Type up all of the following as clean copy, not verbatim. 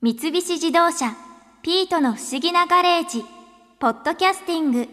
三菱自動車ピートの不思議なガレージポッドキャスティング。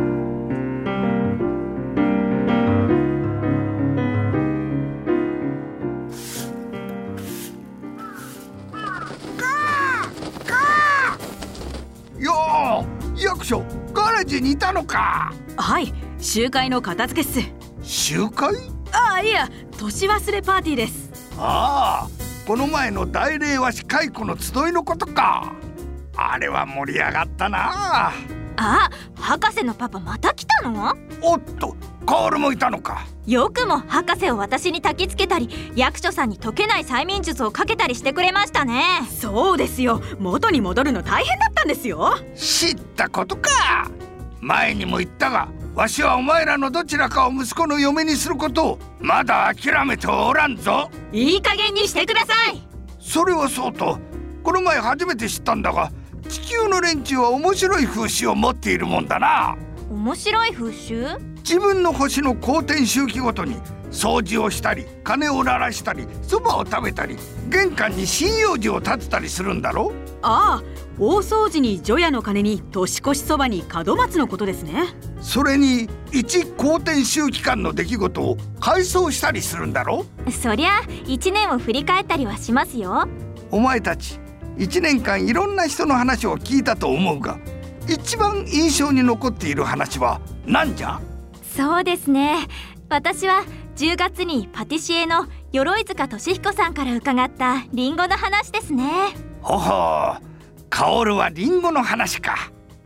よー、役所ガレージにいたのか。 はい、集会の片付けっす。 集会？ いや、年忘れパーティーです。 ああ、この前の大令和市解雇の集いのことか。あれは盛り上がったな。 博士のパパまた来たの？ おっと、カオルもいたのか。 よくも博士を私に焚きつけたり、役所さんに解けない催眠術をかけたりしてくれましたね。 そうですよ、元に戻るの大変だったんですよ。 知ったことか。前にも言ったが、わしはお前らのどちらかを息子の嫁にすることをまだ諦めておらんぞ。 いい加減にしてください。 それはそうと、この前初めて知ったんだが、地球の連中は面白い風習を持っているもんだな。 面白い風習？ 自分の星の公転周期ごとに掃除をしたり、鐘を鳴らしたり、そばを食べたり、玄関に針葉樹を立てたりするんだろ。 大掃除に除夜の鐘に年越しそばに門松のことですね。 それに一公転周期間の出来事を回想したりするんだろ。 そりゃ1年を振り返ったりはしますよ。 お前たち1年間いろんな人の話を聞いたと思うが、一番印象に残っている話は何じゃ？ そうですね、私は10月にパティシエの鎧塚俊彦さんから伺ったリンゴの話ですね。 ほほう、カオルはリンゴの話か。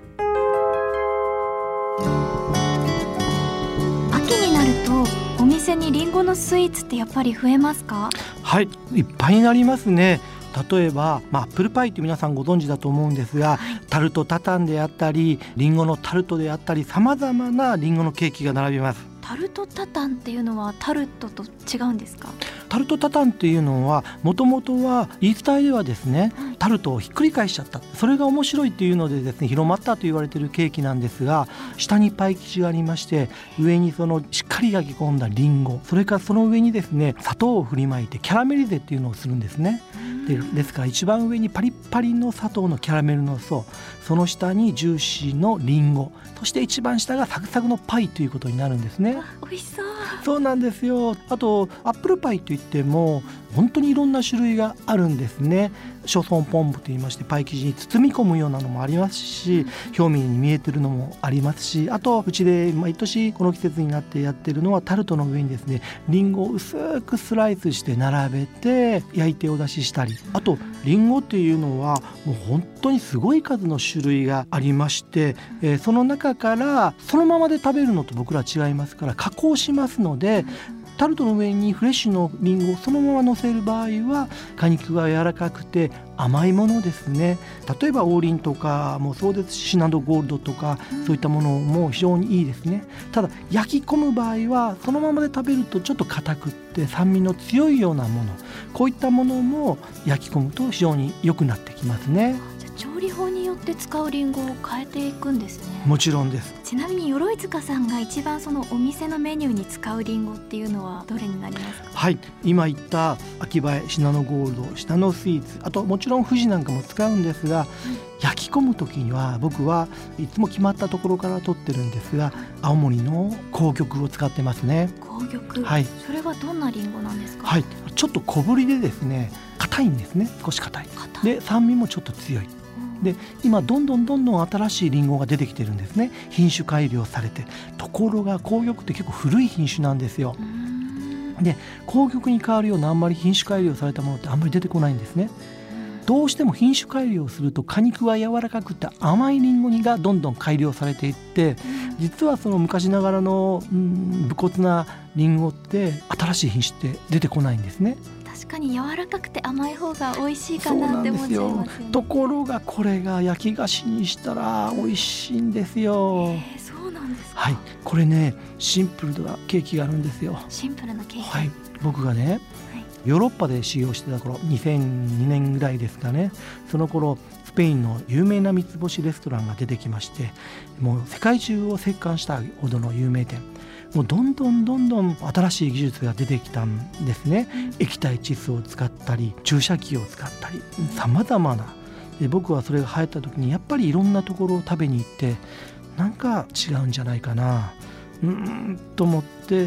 秋になるとお店にリンゴのスイーツってやっぱり増えますか？ はい、いっぱいになりますね。例えば、アップルパイって皆さんご存知だと思うんですが、タルトタタンであったり、リンゴのタルトであったり、さまざまなリンゴのケーキが並びます。 タルトタタンっていうのはタルトと違うんですか？ タルトタタンっていうのはもともとは言い伝えではですね、タルトをひっくり返しちゃった、それが面白いっていうのでですね、広まったと言われているケーキなんですが、下にパイ生地がありまして、上にそのしっかり焼き込んだリンゴ、それからその上にですね砂糖を振りまいてキャラメリゼっていうのをするんですね。ですから一番上にパリッパリの砂糖のキャラメルの層、その下にジューシーのリンゴ、そして一番下がサクサクのパイということになるんですね。 美味しそう。 そうなんですよ。あとアップルパイといっても本当にいろんな種類があるんですね。ショソンポンプといいまして、パイ生地に包み込むようなのもありますし、表面に見えてるのもありますし、あとうちで毎年この季節になってやってるのは、タルトの上にですねリンゴを薄くスライスして並べて焼いてお出ししたり、あとリンゴっていうのはもう本当にすごい数の種類がありまして、その中からそのままで食べるのと僕ら違いますから加工しますので、タルトの上にフレッシュのリンゴをそのまま乗せる場合は果肉が柔らかくて甘いものですね。例えば王林とかもそうですし、シナノゴールドとかそういったものも非常にいいですね。ただ焼き込む場合はそのままで食べるとちょっと硬くって酸味の強いようなもの、こういったものも焼き込むと非常に良くなってきますね。 調理法によって使うリンゴを変えていくんですね。 もちろんです。 ちなみに鎧塚さんが一番そのお店のメニューに使うリンゴっていうのはどれになりますか？ はい、今言った秋映え、シナノゴールド、シナノスイーツ、あともちろん富士なんかも使うんですが、焼き込む時には僕はいつも決まったところから取ってるんですが、青森の紅玉を使ってますね。 紅玉、 はい、 それはどんなリンゴなんですか？ はい、ちょっと小ぶりでですね硬いんですね。少し硬いで酸味もちょっと強い。で今どんどん新しいリンゴが出てきてるんですね。品種改良されて。ところが紅玉って結構古い品種なんですよ。で紅玉に変わるようなあんまり品種改良されたものってあんまり出てこないんですね。どうしても品種改良すると果肉が柔らかくて甘いリンゴがどんどん改良されていって、実はその昔ながらの武骨なリンゴって新しい品種って出てこないんですね。 確かに柔らかくて甘い方が美味しいかなって思っちゃいますよね。 ところがこれが焼き菓子にしたら美味しいんですよ。 そうなんですか？ はい、これねシンプルなケーキがあるんですよ。 シンプルなケーキ、 はい、僕がね、ヨーロッパで修行してた頃、2002年ぐらいですかね。その頃スペインの有名な三つ星レストランが出てきまして、もう世界中を席巻したほどの有名店。 もうどんどん新しい技術が出てきたんですね。液体窒素を使ったり注射器を使ったり様々なで、僕はそれが流行った時にやっぱりいろんなところを食べに行ってなんか違うんじゃないかなと思って、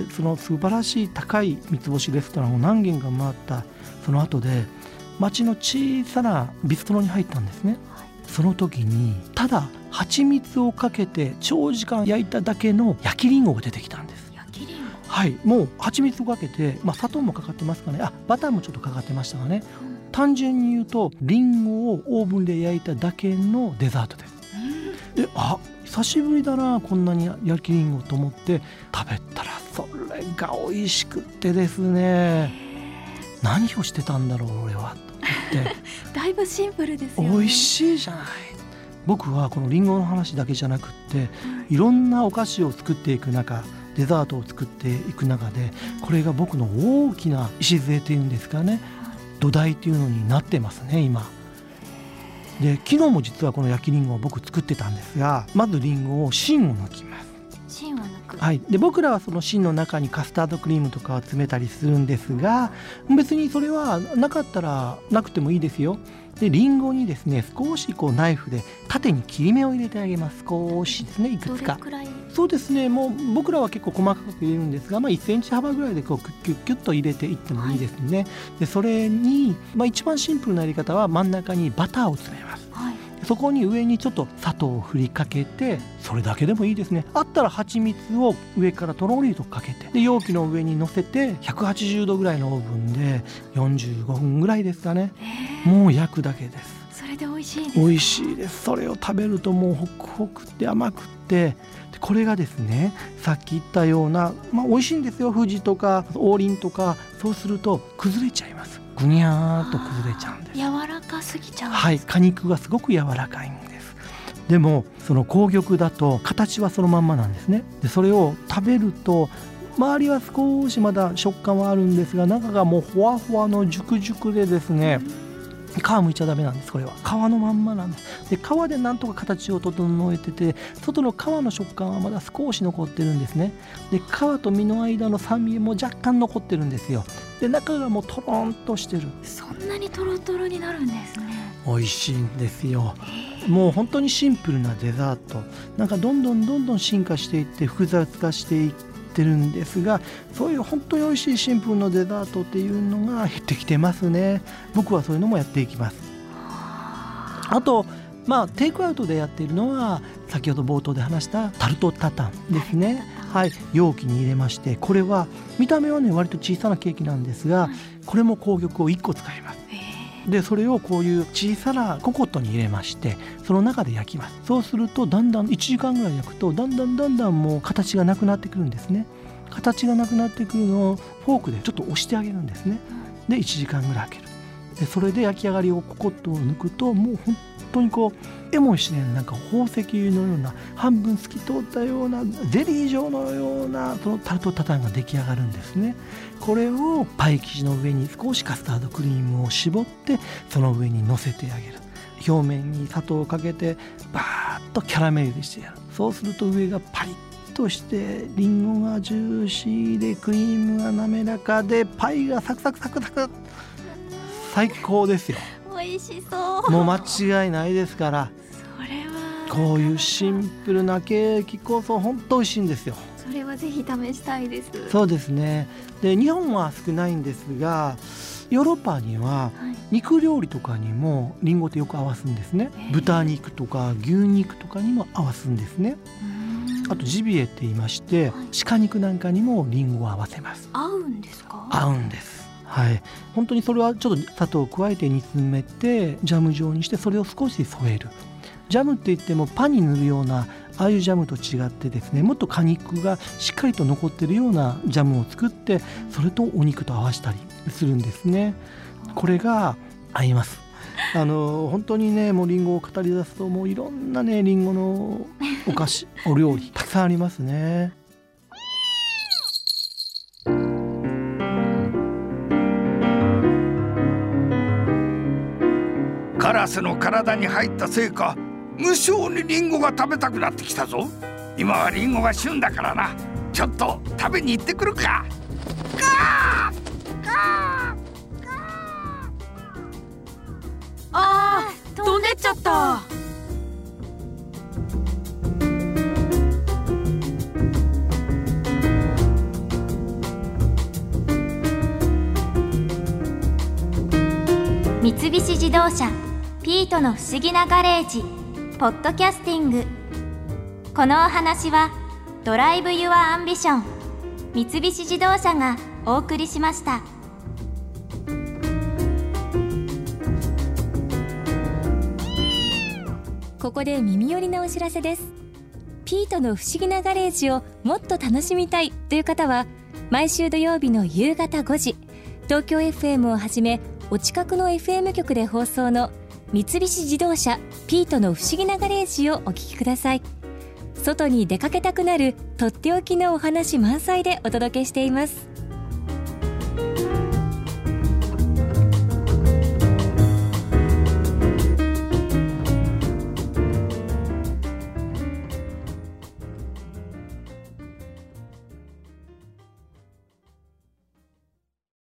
その素晴らしい高い三つ星レストランを何軒か回ったその後で町の小さなビストロに入ったんですね。その時にただ蜂蜜をかけて長時間焼いただけの焼きリンゴが出てきたんです。 焼きリンゴ、 はい、もう蜂蜜をかけて、砂糖もかかってますかね、バターもちょっとかかってましたがね、単純に言うとリンゴをオーブンで焼いただけのデザートです。で、久しぶりだなこんなに焼きリンゴと思って食べたらそれが美味しくってですね、何をしてたんだろう俺はと思ってだいぶシンプルですよね。 美味しいじゃない。僕はこのリンゴの話だけじゃなくって、いろんなお菓子を作っていく中、デザートを作っていく中で、これが僕の大きな礎っていうんですかね、土台っていうのになってますね今で。昨日も実はこの焼きリンゴを僕作ってたんですが、まずリンゴを芯を抜きます。 芯を抜く、 はい、で僕らはその芯の中にカスタードクリームとかを詰めたりするんですが、別にそれはなかったらなくてもいいですよ。でリンゴにですね、少しナイフで縦に切り目を入れてあげます。少しですね、いくつか。 どれくらい？ そうですね、もう僕らは結構細かく入れるんですが、1センチ幅ぐらいでキュッキュッと入れていってもいいですね。でそれに、一番シンプルなやり方は真ん中にバターを詰めます。そこに上にちょっと砂糖を振りかけて、それだけでもいいですね。あったら蜂蜜を上からとろりとかけて、で容器の上に乗せて180度ぐらいのオーブンで45分ぐらいですかね、もう焼くだけです。 それで美味しいですか？ 美味しいです。それを食べるともうホクホクって甘くって、これがですね、さっき言ったような、美味しいんですよ。富士とか王林とか、そうすると崩れちゃいます。ぐにゃーっと崩れちゃうんです。 柔らかすぎちゃうんです。 はい、果肉がすごく柔らかいんです。でもその紅玉だと形はそのまんまなんですね。でそれを食べると周りは少しまだ食感はあるんですが、中がもうほわほわの熟々でですね、皮むいちゃダメなんです。これは皮のまんまなんです。で皮でなんとか形を整えてて、外の皮の食感はまだ少し残ってるんですね。で皮と身の間の酸味も若干残ってるんですよ。で中がもうトロンとしてる。 そんなにトロトロになるんですね。 美味しいんですよ。もう本当にシンプルなデザート、なんかどんどん進化していって複雑化していってるんですが、そういう本当に美味しいシンプルなデザートっていうのが減ってきてますね。僕はそういうのもやっていきます。あとテイクアウトでやっているのは先ほど冒頭で話したタルトタタンですね。はい、容器に入れまして、これは見た目はね割と小さなケーキなんですが、これも紅玉を1個使います。でそれをこういう小さなココットに入れまして、その中で焼きます。そうするとだんだん1時間ぐらい焼くとだんだんもう形がなくなってくるんですね。形がなくなってくるのをフォークでちょっと押してあげるんですね。で1時間ぐらい開ける。でそれで焼き上がりをココットを抜くと、もう本当に絵もしねなんか宝石のような半分透き通ったようなゼリー状のようなそのタルトタタンが出来上がるんですね。これをパイ生地の上に少しカスタードクリームを絞って、その上に乗せてあげる。表面に砂糖をかけてバーッとキャラメリゼしてやる。そうすると上がパリッとしてリンゴがジューシーでクリームが滑らかでパイがサクサクサクサク、最高ですよ。 美味しそう。 もう間違いないですから。 それはこういうシンプルなケーキこそ本当美味しいんですよ。 それはぜひ試したいです。 そうですね。で日本は少ないんですが、ヨーロッパには肉料理とかにもリンゴってよく合わすんですね。豚肉とか牛肉とかにも合わすんですね。あとジビエって言いまして、鹿肉なんかにもリンゴを合わせます。 合うんですか？ 合うんです。はい、本当にそれはちょっと砂糖を加えて煮詰めてジャム状にして、それを少し添える。ジャムって言ってもパンに塗るようなああいうジャムと違ってですね、もっと果肉がしっかりと残っているようなジャムを作って、それとお肉と合わせたりするんですね。これが合います。本当にね、もうリンゴを語り出すともういろんなねリンゴのお菓子お料理たくさんありますね。 カラスの体に入ったせいか、無性にリンゴが食べたくなってきたぞ。今はリンゴが旬だからな。 ちょっと食べに行ってくるか。 飛んでっちゃった。 三菱自動車ピートの不思議なガレージポッドキャスティング。このお話はドライブ・ユア・アンビション三菱自動車がお送りしました。 ここで耳寄りなお知らせです。ピートの不思議なガレージをもっと楽しみたいという方は、毎週土曜日の夕方5時、東京 FM をはじめお近くの FM 局で放送の三菱自動車ピートの不思議なガレージをお聞きください。外に出かけたくなるとっておきのお話満載でお届けしています。